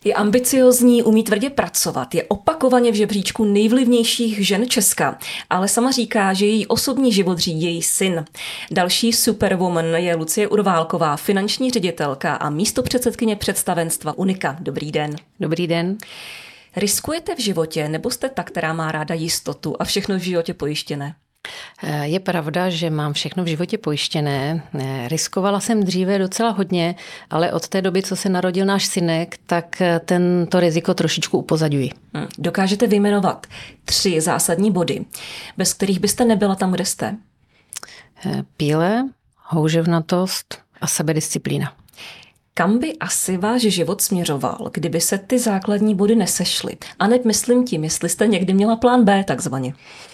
Je ambiciózní, umí tvrdě pracovat, je opakovaně v žebříčku nejvlivnějších žen Česka, ale sama říká, že její osobní život řídí její syn. Další superwoman je Lucie Urválková, finanční ředitelka a místopředsedkyně představenstva Unika. Dobrý den. Dobrý den. Riskujete v životě, nebo jste ta, která má ráda jistotu a všechno v životě pojištěné? Je pravda, že mám všechno v životě pojištěné. Riskovala jsem dříve docela hodně, ale od té doby, co se narodil náš synek, tak to riziko trošičku upozaďuji. Dokážete vyjmenovat 3 zásadní body, bez kterých byste nebyla tam, kde jste? Píle, houževnatost a sebedisciplína. Kam by asi váš život směřoval, kdyby se ty základní body nesešly? A hned myslím tím, jestli jste někdy měla plán B takzvaně.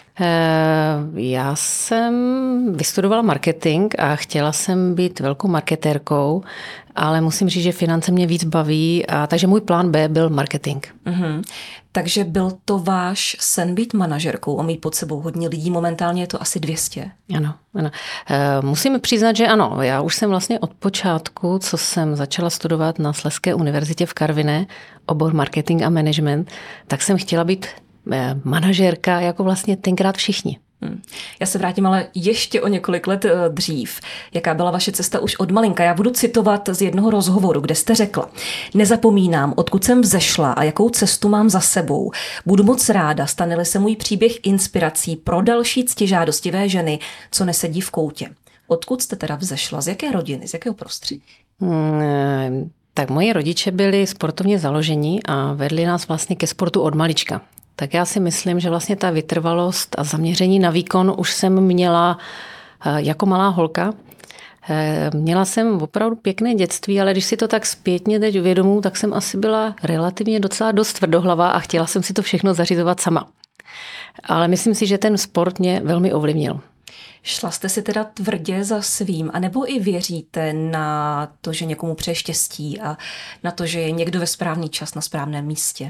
Já jsem vystudovala marketing a chtěla jsem být velkou marketérkou, ale musím říct, že finance mě víc baví, takže můj plán B byl marketing. Takže byl to váš sen být manažerkou a mít pod sebou hodně lidí, momentálně je to asi 200. Ano. Musím přiznat, že ano. Já už jsem vlastně od počátku, co jsem začala studovat na Slezské univerzitě v Karviné, obor marketing a management, tak jsem chtěla být manažérka, jako vlastně tenkrát všichni. Já se vrátím ale ještě o několik let dřív. Jaká byla vaše cesta už od malinka? Já budu citovat z jednoho rozhovoru, kde jste řekla: Nezapomínám, odkud jsem vzešla a jakou cestu mám za sebou. Budu moc ráda, stane-li se můj příběh inspirací pro další ctižádostivé ženy, co nesedí v koutě. Odkud jste teda vzešla? Z jaké rodiny? Z jakého prostředí? Tak moji rodiče byli sportovně založení a vedli nás vlastně ke sportu od malička. Tak já si myslím, že vlastně ta vytrvalost a zaměření na výkon už jsem měla jako malá holka. Měla jsem opravdu pěkné dětství, ale když si to tak zpětně teď uvědomuji, tak jsem asi byla relativně docela dost tvrdohlavá a chtěla jsem si to všechno zařizovat sama. Ale myslím si, že ten sport mě velmi ovlivnil. Šla jste si teda tvrdě za svým, anebo i věříte na to, že někomu přeje štěstí a na to, že je někdo ve správný čas na správném místě?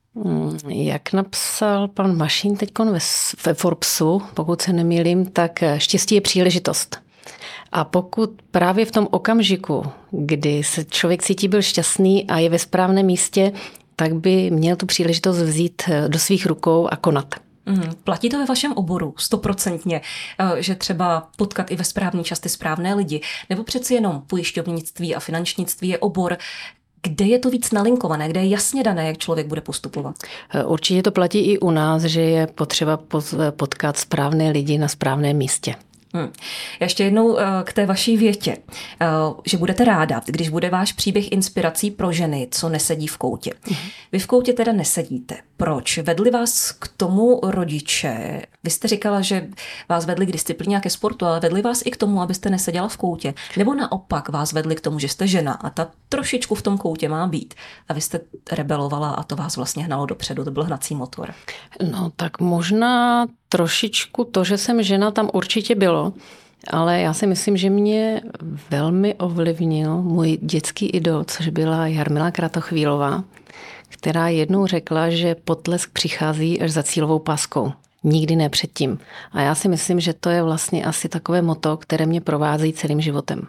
Jak napsal pan Mašín teďkon ve Forbesu, pokud se nemýlím, tak štěstí je příležitost. A pokud právě v tom okamžiku, kdy se člověk cítí byl šťastný a je ve správném místě, tak by měl tu příležitost vzít do svých rukou a konat. Platí to ve vašem oboru 100%, že třeba potkat i ve správný čas ty správné lidi, nebo přeci jenom pojišťovnictví a finančnictví je obor, kde je to víc nalinkované, kde je jasně dané, jak člověk bude postupovat? Určitě to platí i u nás, že je potřeba potkat správné lidi na správném místě. Ještě jednou k té vaší větě, že budete ráda, když bude váš příběh inspirací pro ženy, co nesedí v koutě. Vy v koutě teda nesedíte. Proč? Vedli vás k tomu rodiče? Vy jste říkala, že vás vedli k disciplíně a ke sportu, ale vedli vás i k tomu, abyste neseděla v koutě. Nebo naopak vás vedli k tomu, že jste žena a ta trošičku v tom koutě má být. A vy jste rebelovala a to vás vlastně hnalo dopředu, to byl hnací motor. No tak možná trošičku to, že jsem žena, tam určitě bylo, ale já si myslím, že mě velmi ovlivnil můj dětský idol, což byla Jarmila Kratochvílová, která jednou řekla, že potlesk přichází až za cílovou páskou. Nikdy ne předtím. A já si myslím, že to je vlastně asi takové motto, které mě provází celým životem.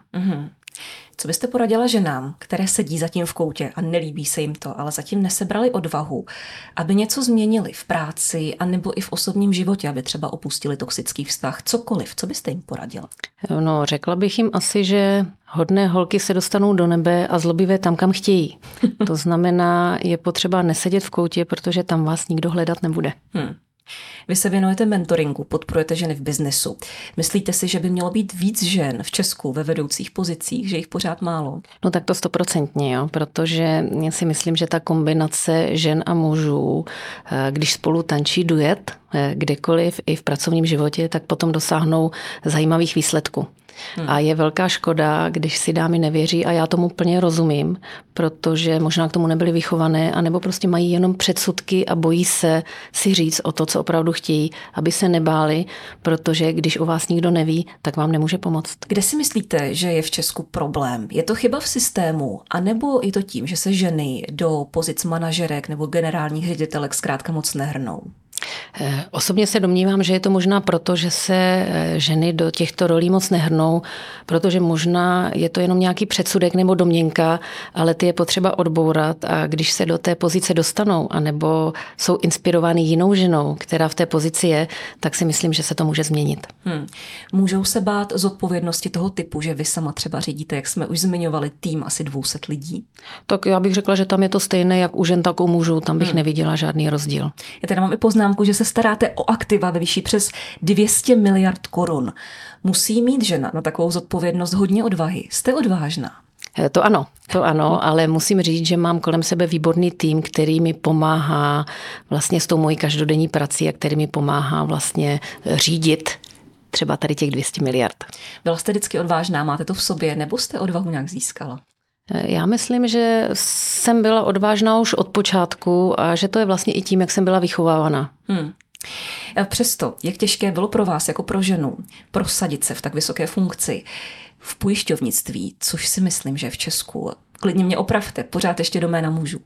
Co byste poradila ženám, které sedí zatím v koutě a nelíbí se jim to, ale zatím nesebrali odvahu, aby něco změnili v práci anebo i v osobním životě, aby třeba opustili toxický vztah, cokoliv, co byste jim poradila? No, řekla bych jim asi, že hodné holky se dostanou do nebe a zlobivé tam, kam chtějí. To znamená, je potřeba nesedět v koutě, protože tam vás nikdo hledat nebude. Vy se věnujete mentoringu, podporujete ženy v biznesu. Myslíte si, že by mělo být víc žen v Česku ve vedoucích pozicích, že jich pořád málo? No tak to 100%, jo, protože já si myslím, že ta kombinace žen a mužů, když spolu tančí duet, kdekoliv i v pracovním životě, tak potom dosáhnou zajímavých výsledků. A je velká škoda, když si dámy nevěří a já tomu plně rozumím, protože možná k tomu nebyly vychované anebo prostě mají jenom předsudky a bojí se si říct o to, co opravdu chtějí, aby se nebáli, protože když o vás nikdo neví, tak vám nemůže pomoct. Kde si myslíte, že je v Česku problém? Je to chyba v systému, anebo je to tím, že se ženy do pozic manažerek nebo generálních ředitelek zkrátka moc nehrnou? Osobně se domnívám, že je to možná proto, že se ženy do těchto rolí moc nehrnou, protože možná je to jenom nějaký předsudek nebo domněnka, ale ty je potřeba odbourat a když se do té pozice dostanou, anebo jsou inspirovány jinou ženou, která v té pozici je, tak si myslím, že se to může změnit. Můžou se bát zodpovědnosti toho typu, že vy sama třeba řídíte, jak jsme už zmiňovali, tým asi 200 lidí? Tak já bych řekla, že tam je to stejné jak u žen, tak u mužů, tam bych neviděla žádný rozdíl. Já teda mám i poznámku, že se staráte o aktiva ve výši přes 200 miliard korun. Musí mít žena na takovou zodpovědnost hodně odvahy. Jste odvážná? To ano, ale musím říct, že mám kolem sebe výborný tým, který mi pomáhá vlastně s tou mojí každodenní prací a který mi pomáhá vlastně řídit třeba tady těch 200 miliard. Byla jste vždycky odvážná, máte to v sobě, nebo jste odvahu nějak získala? Já myslím, že jsem byla odvážná už od počátku a že to je vlastně i tím, jak jsem byla vychovávána. Přesto, jak těžké bylo pro vás jako pro ženu prosadit se v tak vysoké funkci v pojišťovnictví, což si myslím, že v Česku, klidně mě opravte, pořád ještě doména mužů.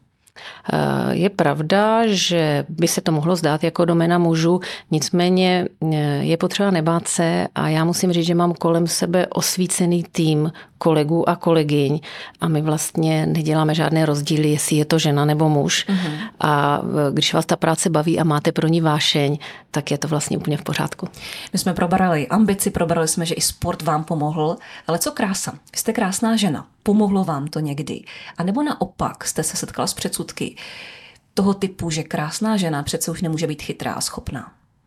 Je pravda, že by se to mohlo zdát jako doména mužů, nicméně je potřeba nebát se a já musím říct, že mám kolem sebe osvícený tým kolegů a kolegyň a my vlastně neděláme žádné rozdíly, jestli je to žena nebo muž. A když vás ta práce baví a máte pro ní vášeň, tak je to vlastně úplně v pořádku. My jsme probrali ambici, probrali jsme, že i sport vám pomohl, ale co krása? Vy jste krásná žena. Pomohlo vám to někdy? A nebo naopak jste se setkala s předsudky toho typu, že krásná žena přece už nemůže být chytrá a schopná?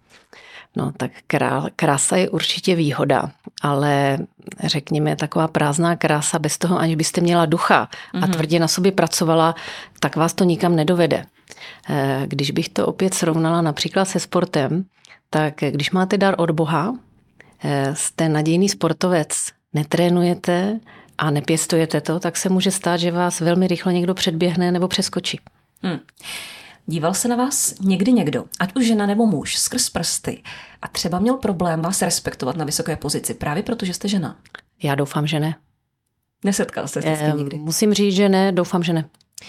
No tak krása je určitě výhoda, ale řekněme taková prázdná krása bez toho, aniž byste měla ducha a tvrdě na sobě pracovala, tak vás to nikam nedovede. Když bych to opět srovnala například se sportem, tak když máte dar od Boha, jste nadějný sportovec, netrénujete a nepěstujete to, tak se může stát, že vás velmi rychle někdo předběhne nebo přeskočí. Díval se na vás někdy někdo, ať už žena nebo muž, skrz prsty a třeba měl problém vás respektovat na vysoké pozici právě proto, že jste žena? Já doufám, že ne. Nesetkal jste se s tím nikdy? Musím říct, že ne, doufám, že ne.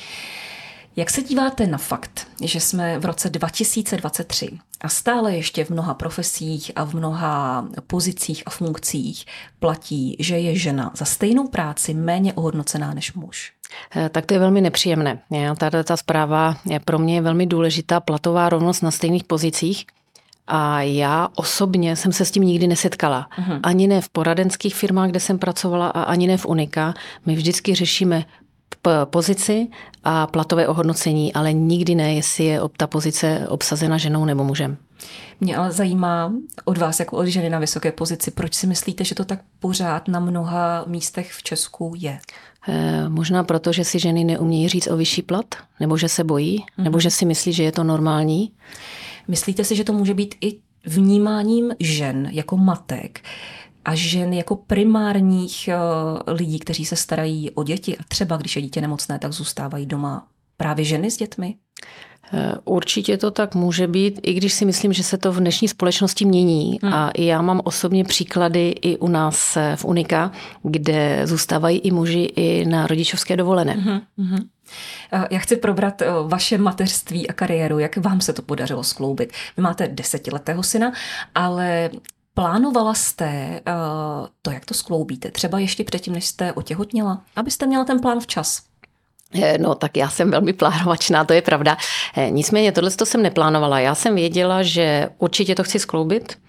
Jak se díváte na fakt, že jsme v roce 2023 a stále ještě v mnoha profesích a v mnoha pozicích a funkcích platí, že je žena za stejnou práci méně ohodnocená než muž? Tak to je velmi nepříjemné. Ta zpráva je pro mě velmi důležitá, platová rovnost na stejných pozicích. A já osobně jsem se s tím nikdy nesetkala. Ani ne v poradenských firmách, kde jsem pracovala, a ani ne v Unika. My vždycky řešíme pozici a platové ohodnocení, ale nikdy ne, jestli je ta pozice obsazena ženou nebo mužem. Mě ale zajímá od vás, jako od ženy na vysoké pozici, proč si myslíte, že to tak pořád na mnoha místech v Česku je? Možná proto, že si ženy neumějí říct o vyšší plat, nebo že se bojí, nebo že si myslí, že je to normální. Myslíte si, že to může být i vnímáním žen jako matek a žen jako primárních lidí, kteří se starají o děti a třeba když je dítě nemocné, tak zůstávají doma právě ženy s dětmi? Určitě to tak může být, i když si myslím, že se to v dnešní společnosti mění. A i já mám osobně příklady i u nás v Unika, kde zůstávají i muži i na rodičovské dovolené. Já chci probrat vaše mateřství a kariéru, jak vám se to podařilo skloubit. Vy máte 10letého syna, ale plánovala jste to, jak to skloubíte, třeba ještě předtím, než jste otěhotněla, abyste měla ten plán včas? No tak já jsem velmi plánovačná, to je pravda. Nicméně tohle jsem neplánovala. Já jsem věděla, že určitě to chci skloubit.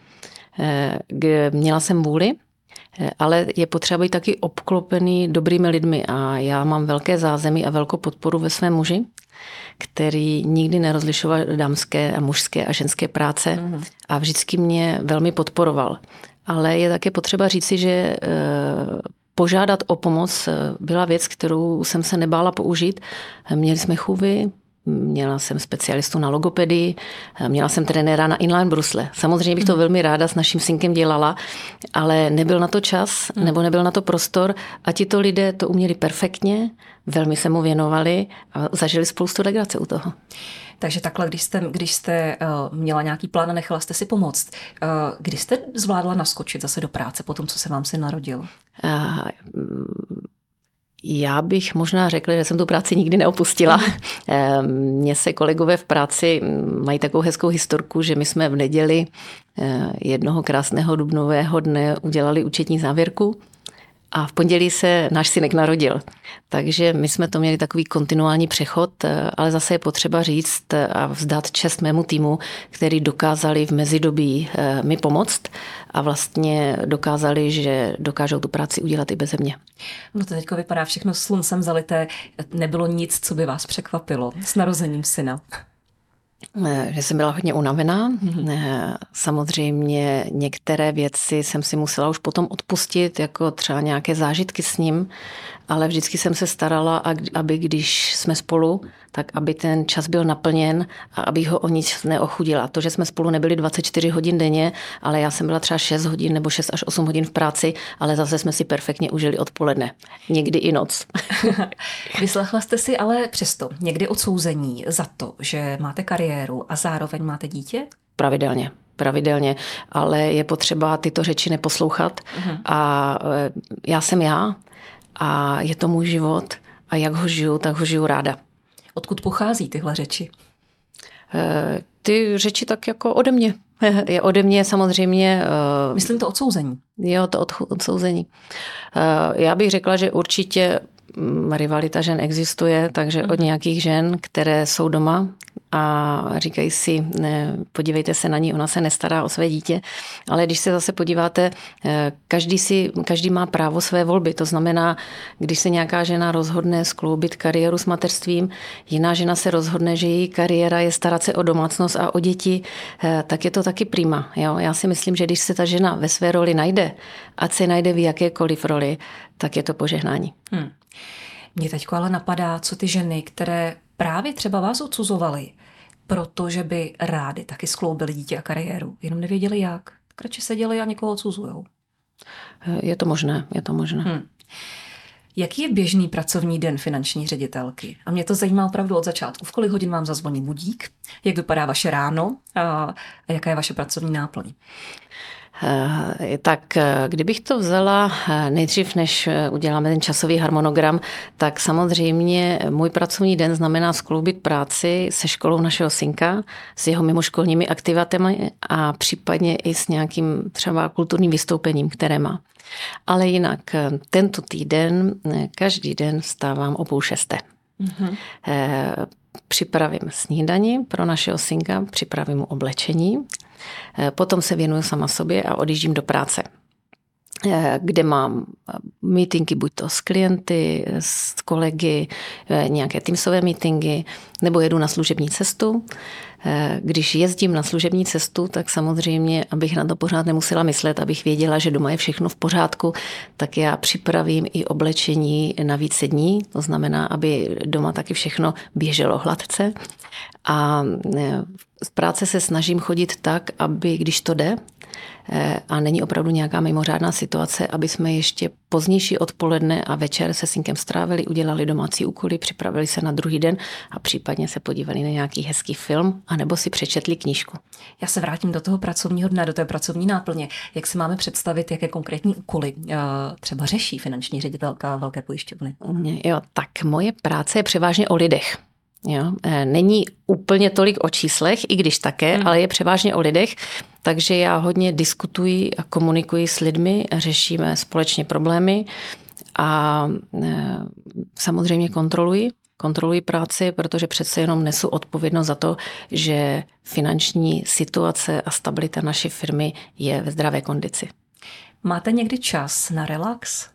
Měla jsem vůli, ale je potřeba být taky obklopený dobrými lidmi a já mám velké zázemí a velkou podporu ve svém muži, který nikdy nerozlišoval dámské a mužské a ženské práce a vždycky mě velmi podporoval. Ale je také potřeba říci, že požádat o pomoc byla věc, kterou jsem se nebála použít. Měli jsme chůvy, měla jsem specialistu na logopedii, měla jsem trenéra na inline brusle. Samozřejmě bych to velmi ráda s naším synkem dělala, ale nebyl na to čas, nebo nebyl na to prostor a tito lidé to uměli perfektně, velmi se mu věnovali a zažili spoustu legrace u toho. Takže takhle, když jste měla nějaký plán a nechala jste si pomoct, kdy jste zvládla naskočit zase do práce po tom, co se vám syn narodil? Já bych možná řekla, že jsem tu práci nikdy neopustila. Mně se kolegové v práci mají takovou hezkou historku, že my jsme v neděli jednoho krásného dubnového dne udělali účetní závěrku a v pondělí se náš synek narodil. Takže my jsme to měli takový kontinuální přechod, ale zase je potřeba říct a vzdát čest mému týmu, který dokázali v mezidobí mi pomoct a vlastně dokázali, že dokážou tu práci udělat i beze mě. No to teďko vypadá všechno sluncem zalité. Nebylo nic, co by vás překvapilo s narozením syna? Že jsem byla hodně unavená. Samozřejmě některé věci jsem si musela už potom odpustit, jako třeba nějaké zážitky s ním, ale vždycky jsem se starala, aby když jsme spolu, tak aby ten čas byl naplněn a abych ho o nic neochudila. To, že jsme spolu nebyli 24 hodin denně, ale já jsem byla třeba 6 hodin nebo 6 až 8 hodin v práci, ale zase jsme si perfektně užili odpoledne. Někdy i noc. Vyslechla jste si ale přesto někdy odsouzení za to, že máte kariéru a zároveň máte dítě? Pravidelně, ale je potřeba tyto řeči neposlouchat. A já jsem já a je to můj život a jak ho žiju, tak ho žiju ráda. Odkud pochází tyhle řeči? Ty řeči tak jako ode mě. Je ode mě samozřejmě... Myslím to odsouzení. Jo, to odsouzení. Já bych řekla, že určitě rivalita žen existuje, takže od nějakých žen, které jsou doma a říkají si, ne, podívejte se na ní, ona se nestará o své dítě, ale když se zase podíváte, každý má právo své volby, to znamená, když se nějaká žena rozhodne skloubit kariéru s mateřstvím, jiná žena se rozhodne, že její kariéra je starat se o domácnost a o děti, tak je to taky prima. Jo? Já si myslím, že když se ta žena ve své roli najde, ať se najde v jakékoliv roli, tak je to požehnání. Mě teďko ale napadá, co ty ženy, které právě třeba vás odsuzovaly, protože by rády taky skloubily dítě a kariéru, jenom nevěděli jak, tak radši seděli a někoho odsuzujou. Je to možné. Jaký je běžný pracovní den finanční ředitelky? A mě to zajímá opravdu od začátku. V kolik hodin vám zazvoní budík? Jak vypadá vaše ráno? A jaká je vaše pracovní náplň? Tak kdybych to vzala nejdřív, než uděláme ten časový harmonogram, tak samozřejmě můj pracovní den znamená skloubit práci se školou našeho synka, s jeho mimoškolními aktivitami a případně i s nějakým třeba kulturním vystoupením, které má. Ale jinak tento týden, každý den vstávám o 5:30. Připravím snídani pro našeho synka, připravím mu oblečení, potom se věnuju sama sobě a odjíždím do práce, kde mám meetingy buď to s klienty, s kolegy, nějaké teamsové meetingy, nebo jedu na služební cestu. Když jezdím na služební cestu, tak samozřejmě, abych na to pořád nemusela myslet, abych věděla, že doma je všechno v pořádku, tak já připravím i oblečení na více dní, to znamená, aby doma taky všechno běželo hladce. A z práce se snažím chodit tak, aby když to jde, a není opravdu nějaká mimořádná situace, aby jsme ještě pozdější odpoledne a večer se synkem strávili, udělali domácí úkoly, připravili se na druhý den a případně se podívali na nějaký hezký film anebo si přečetli knížku. Já se vrátím do toho pracovního dne, do té pracovní náplně. Jak si máme představit, jaké konkrétní úkoly třeba řeší finanční ředitelka velké pojišťovny? Jo, tak moje práce je převážně o lidech. Jo, není úplně tolik o číslech, i když také, ale je převážně o lidech, takže já hodně diskutuji a komunikuji s lidmi, řešíme společně problémy a samozřejmě kontroluji práci, protože přece jenom nesu odpovědnost za to, že finanční situace a stabilita naší firmy je ve zdravé kondici. Máte někdy čas na relax?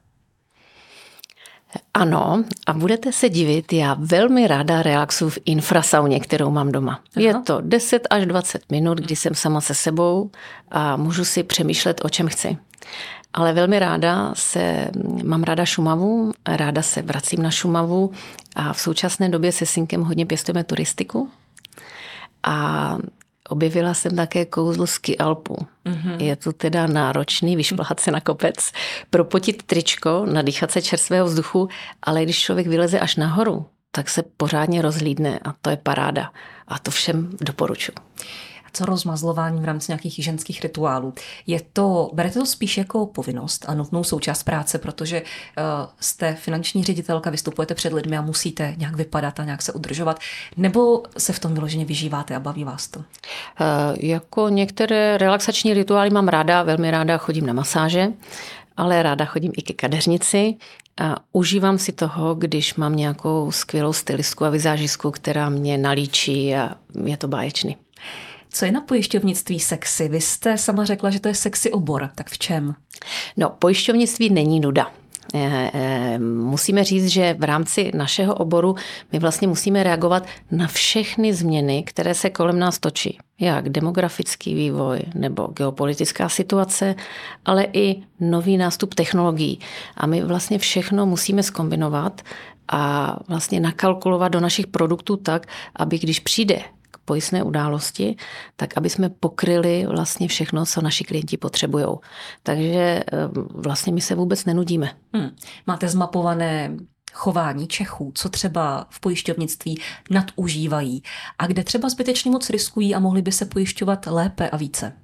Ano, a budete se divit, já velmi ráda relaxuji v infrasauně, kterou mám doma. Aha. Je to 10 až 20 minut, kdy jsem sama se sebou a můžu si přemýšlet, o čem chci. Ale velmi mám ráda Šumavu, ráda se vracím na Šumavu a v současné době se synkem hodně pěstujeme turistiku. A objevila jsem také kouzlo ski Alpu. Je to teda náročný vyšplhat se na kopec, propotit tričko, nadýchat se čerstvého vzduchu, ale když člověk vyleze až nahoru, tak se pořádně rozhlídne a to je paráda. A to všem doporučuji. co rozmazlování v rámci nějakých ženských rituálů? Berete to spíš jako povinnost a nutnou součást práce, protože jste finanční ředitelka, vystupujete před lidmi a musíte nějak vypadat a nějak se udržovat, nebo se v tom vyloženě vyžíváte a baví vás to? Jako některé relaxační rituály mám ráda, velmi ráda chodím na masáže, ale ráda chodím i ke kadeřnici a užívám si toho, když mám nějakou skvělou stylistku a vizážistku, která mě nalíčí a je to báječný. Co je na pojišťovnictví sexy? Vy jste sama řekla, že to je sexy obor. Tak v čem? No, pojišťovnictví není nuda. Musíme říct, že v rámci našeho oboru my vlastně musíme reagovat na všechny změny, které se kolem nás točí. Jak demografický vývoj nebo geopolitická situace, ale i nový nástup technologií. A my vlastně všechno musíme zkombinovat a vlastně nakalkulovat do našich produktů tak, aby když přijde k pojistné události, tak aby jsme pokryli vlastně všechno, co naši klienti potřebují. Takže vlastně my se vůbec nenudíme. Máte zmapované chování Čechů, co třeba v pojišťovnictví nadužívají a kde třeba zbytečně moc riskují a mohli by se pojišťovat lépe a více?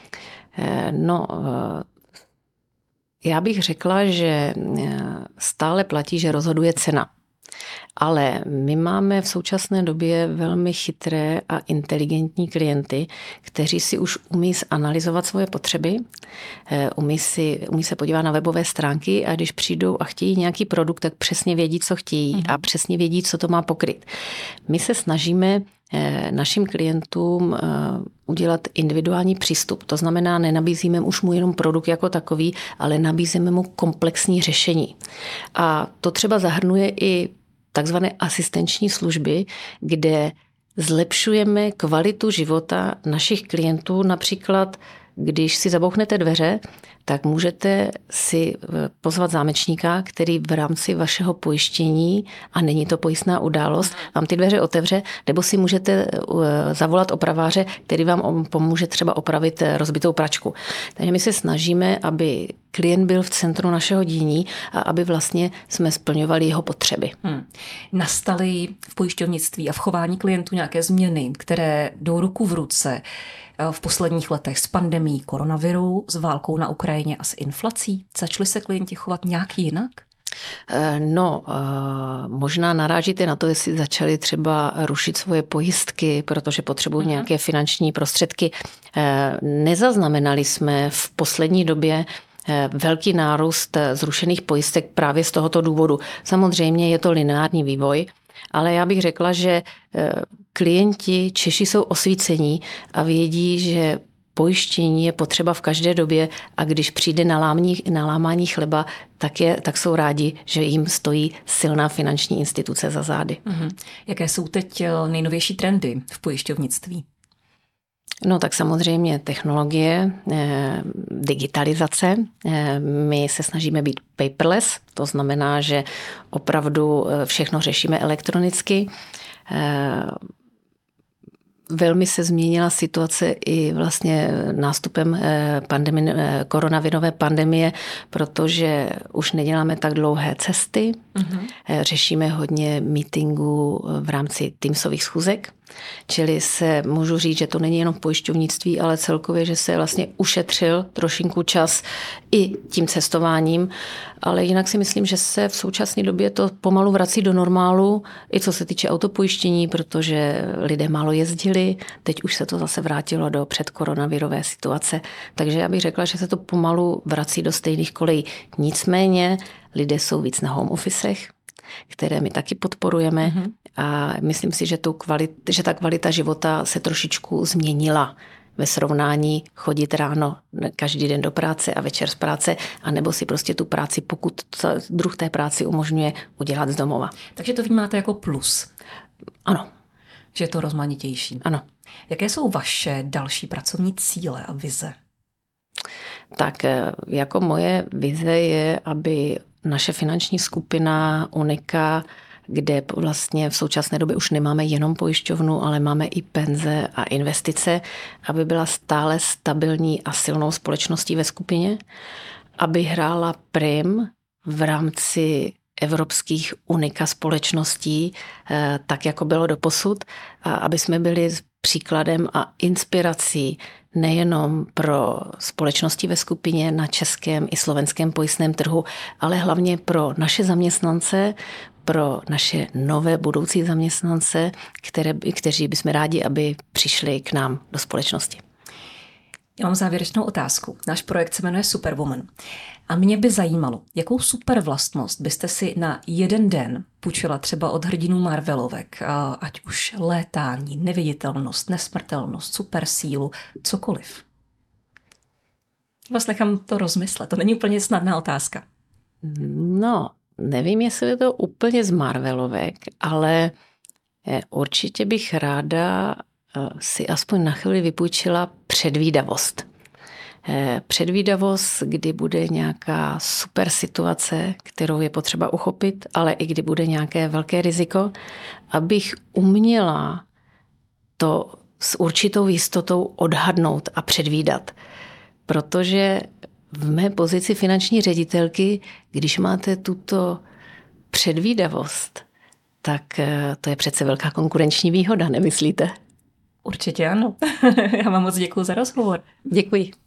Já bych řekla, že stále platí, že rozhoduje cena. Ale my máme v současné době velmi chytré a inteligentní klienty, kteří si už umí zanalyzovat svoje potřeby, umí se podívat na webové stránky a když přijdou a chtějí nějaký produkt, tak přesně vědí, co chtějí a přesně vědí, co to má pokryt. My se snažíme našim klientům udělat individuální přístup. To znamená, nenabízíme už mu jenom produkt jako takový, ale nabízíme mu komplexní řešení. A to třeba zahrnuje i takzvané asistenční služby, kde zlepšujeme kvalitu života našich klientů. Například, když si zabouchnete dveře, tak můžete si pozvat zámečníka, který v rámci vašeho pojištění, a není to pojistná událost, vám ty dveře otevře, nebo si můžete zavolat opraváře, který vám pomůže třeba opravit rozbitou pračku. Takže my se snažíme, aby klient byl v centru našeho dění a aby vlastně jsme splňovali jeho potřeby. Nastaly v pojišťovnictví a v chování klientů nějaké změny, které jdou ruku v ruce v posledních letech s pandemií koronaviru, s válkou na Ukrajině a s inflací? Začali se klienti chovat nějak jinak? Možná narážíte na to, jestli začali třeba rušit svoje pojistky, protože potřebují nějaké finanční prostředky. Nezaznamenali jsme v poslední době velký nárůst zrušených pojistek právě z tohoto důvodu. Samozřejmě je to lineární vývoj, ale já bych řekla, že klienti Češi jsou osvícení a vědí, že pojištění je potřeba v každé době a když přijde na lámání chleba, tak jsou rádi, že jim stojí silná finanční instituce za zády. Jaké jsou teď nejnovější trendy v pojišťovnictví? No tak samozřejmě technologie, digitalizace. My se snažíme být paperless, to znamená, že opravdu všechno řešíme elektronicky. Velmi se změnila situace i vlastně nástupem koronavirové pandemie, protože už neděláme tak dlouhé cesty. Řešíme hodně meetingů v rámci Teamsových schůzek. Čili se můžu říct, že to není jenom v pojišťovnictví, ale celkově, že se vlastně ušetřil trošinku čas i tím cestováním. Ale jinak si myslím, že se v současné době to pomalu vrací do normálu, i co se týče autopojištění, protože lidé málo jezdili. Teď už se to zase vrátilo do předkoronavirové situace. Takže já bych řekla, že se to pomalu vrací do stejných kolejí. Nicméně lidé jsou víc na home officech, které my taky podporujeme a myslím si, že ta kvalita života se trošičku změnila ve srovnání chodit ráno každý den do práce a večer z práce, anebo si prostě tu práci, pokud druh té práci umožňuje, udělat z domova. Takže to vnímáte jako plus? Ano. Že je to rozmanitější? Ano. Jaké jsou vaše další pracovní cíle a vize? Tak jako moje vize je, aby naše finanční skupina Unika, kde vlastně v současné době už nemáme jenom pojišťovnu, ale máme i penze a investice, aby byla stále stabilní a silnou společností ve skupině, aby hrála prim v rámci evropských Unika společností, tak jako bylo doposud, a aby jsme byli příkladem a inspirací nejenom pro společnosti ve skupině na českém i slovenském pojistném trhu, ale hlavně pro naše zaměstnance, pro naše nové budoucí zaměstnance, kteří bychom rádi, aby přišli k nám do společnosti. Já mám závěrečnou otázku. Náš projekt se jmenuje Superwoman. A mě by zajímalo, jakou super vlastnost byste si na jeden den půjčila třeba od hrdinů Marvelovek, ať už létání, neviditelnost, nesmrtelnost, supersílu, cokoliv. Vás nechám to rozmyslet, to není úplně snadná otázka. No, nevím, jestli je to úplně z Marvelovek, ale určitě bych ráda si aspoň na chvíli vypůjčila předvídavost. Předvídavost, kdy bude nějaká super situace, kterou je potřeba uchopit, ale i kdy bude nějaké velké riziko, abych uměla to s určitou jistotou odhadnout a předvídat. Protože v mé pozici finanční ředitelky, když máte tuto předvídavost, tak to je přece velká konkurenční výhoda, nemyslíte? Určitě ano. Já vám moc děkuji za rozhovor. Děkuji.